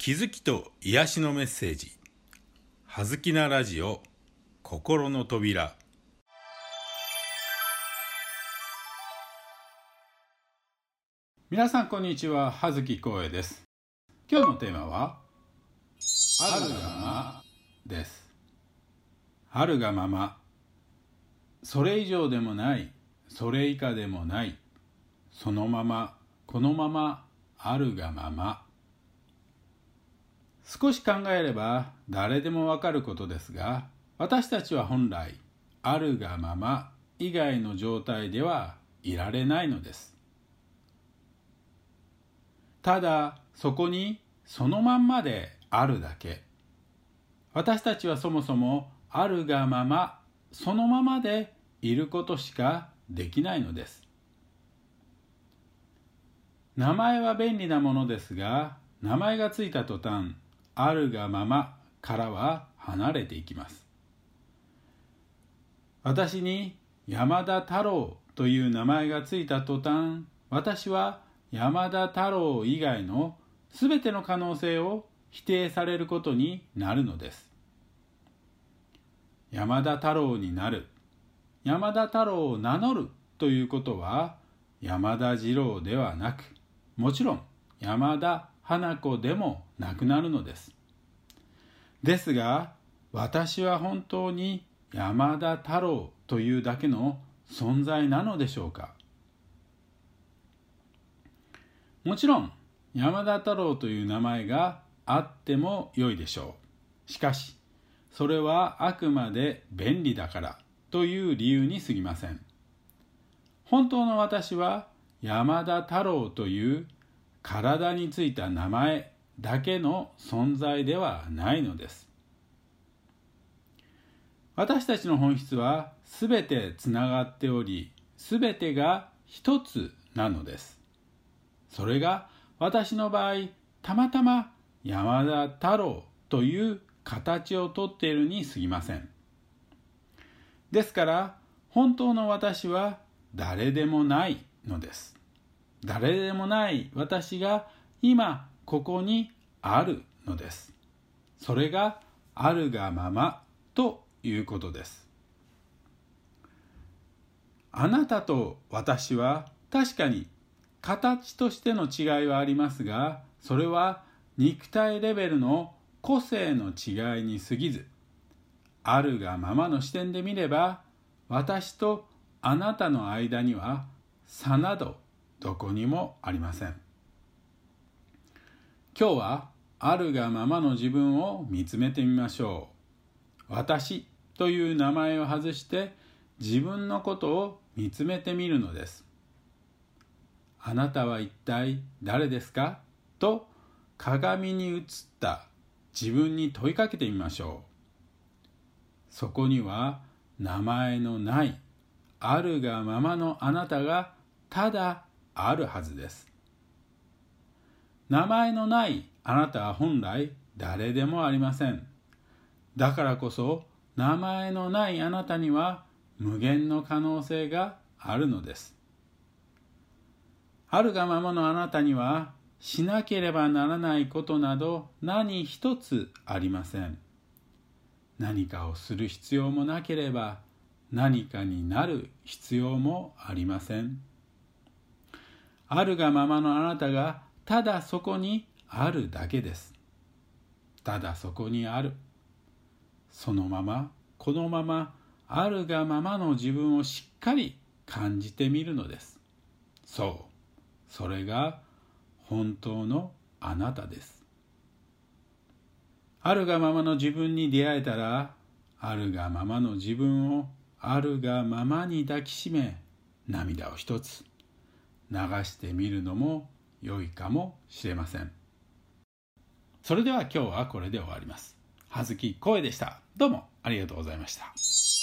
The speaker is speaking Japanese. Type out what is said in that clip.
気づきと癒しのメッセージ、はずきなラジオ心の扉。皆さんこんにちは、葉月光栄です。今日のテーマはあるがままです。あるがまま、それ以上でもない、それ以下でもない、そのままこのままあるがまま。少し考えれば誰でもわかることですが、私たちは本来あるがまま以外の状態ではいられないのです。ただそこにそのまんまであるだけ。私たちはそもそもあるがままそのままでいることしかできないのです。名前は便利なものですが、名前がついた途端あるがままからは離れていきます。私に山田太郎という名前がついた途端、私は山田太郎以外のすべての可能性を否定されることになるのです。山田太郎になる、山田太郎を名乗るということは、山田次郎ではなく、もちろん山田花子でもなくなるのです。ですが、私は本当に山田太郎というだけの存在なのでしょうか。もちろん山田太郎という名前があっても良いでしょう。しかし、それはあくまで便利だからという理由に過ぎません。本当の私は山田太郎という体についた名前だけの存在ではないのです。私たちの本質はすべてつながっており、すべてが一つなのです。それが私の場合、たまたま山田太郎という形をとっているに過ぎません。ですから、本当の私は誰でもないのです。誰でもない私が今ここにあるのです。それがあるがままということです。あなたと私は確かに形としての違いはありますが、それは肉体レベルの個性の違いに過ぎず、あるがままの視点で見れば、私とあなたの間には差などどこにもありません。今日はあるがままの自分を見つめてみましょう。私という名前を外して自分のことを見つめてみるのです。あなたは一体誰ですかと鏡に映った自分に問いかけてみましょう。そこには名前のないあるがままのあなたがただあるはずです。名前のないあなたは本来誰でもありません。だからこそ名前のないあなたには無限の可能性があるのです。あるがままのあなたにはしなければならないことなど何一つありません。何かをする必要もなければ何かになる必要もありません。あるがままのあなたがただそこにあるだけです。ただそこにある。そのままこのままあるがままの自分をしっかり感じてみるのです。そう、それが本当のあなたです。あるがままの自分に出会えたら、あるがままの自分をあるがままに抱きしめ、涙を一つ流してみるのも良いかもしれません。それでは今日はこれで終わります。葉月光栄でした。どうもありがとうございました。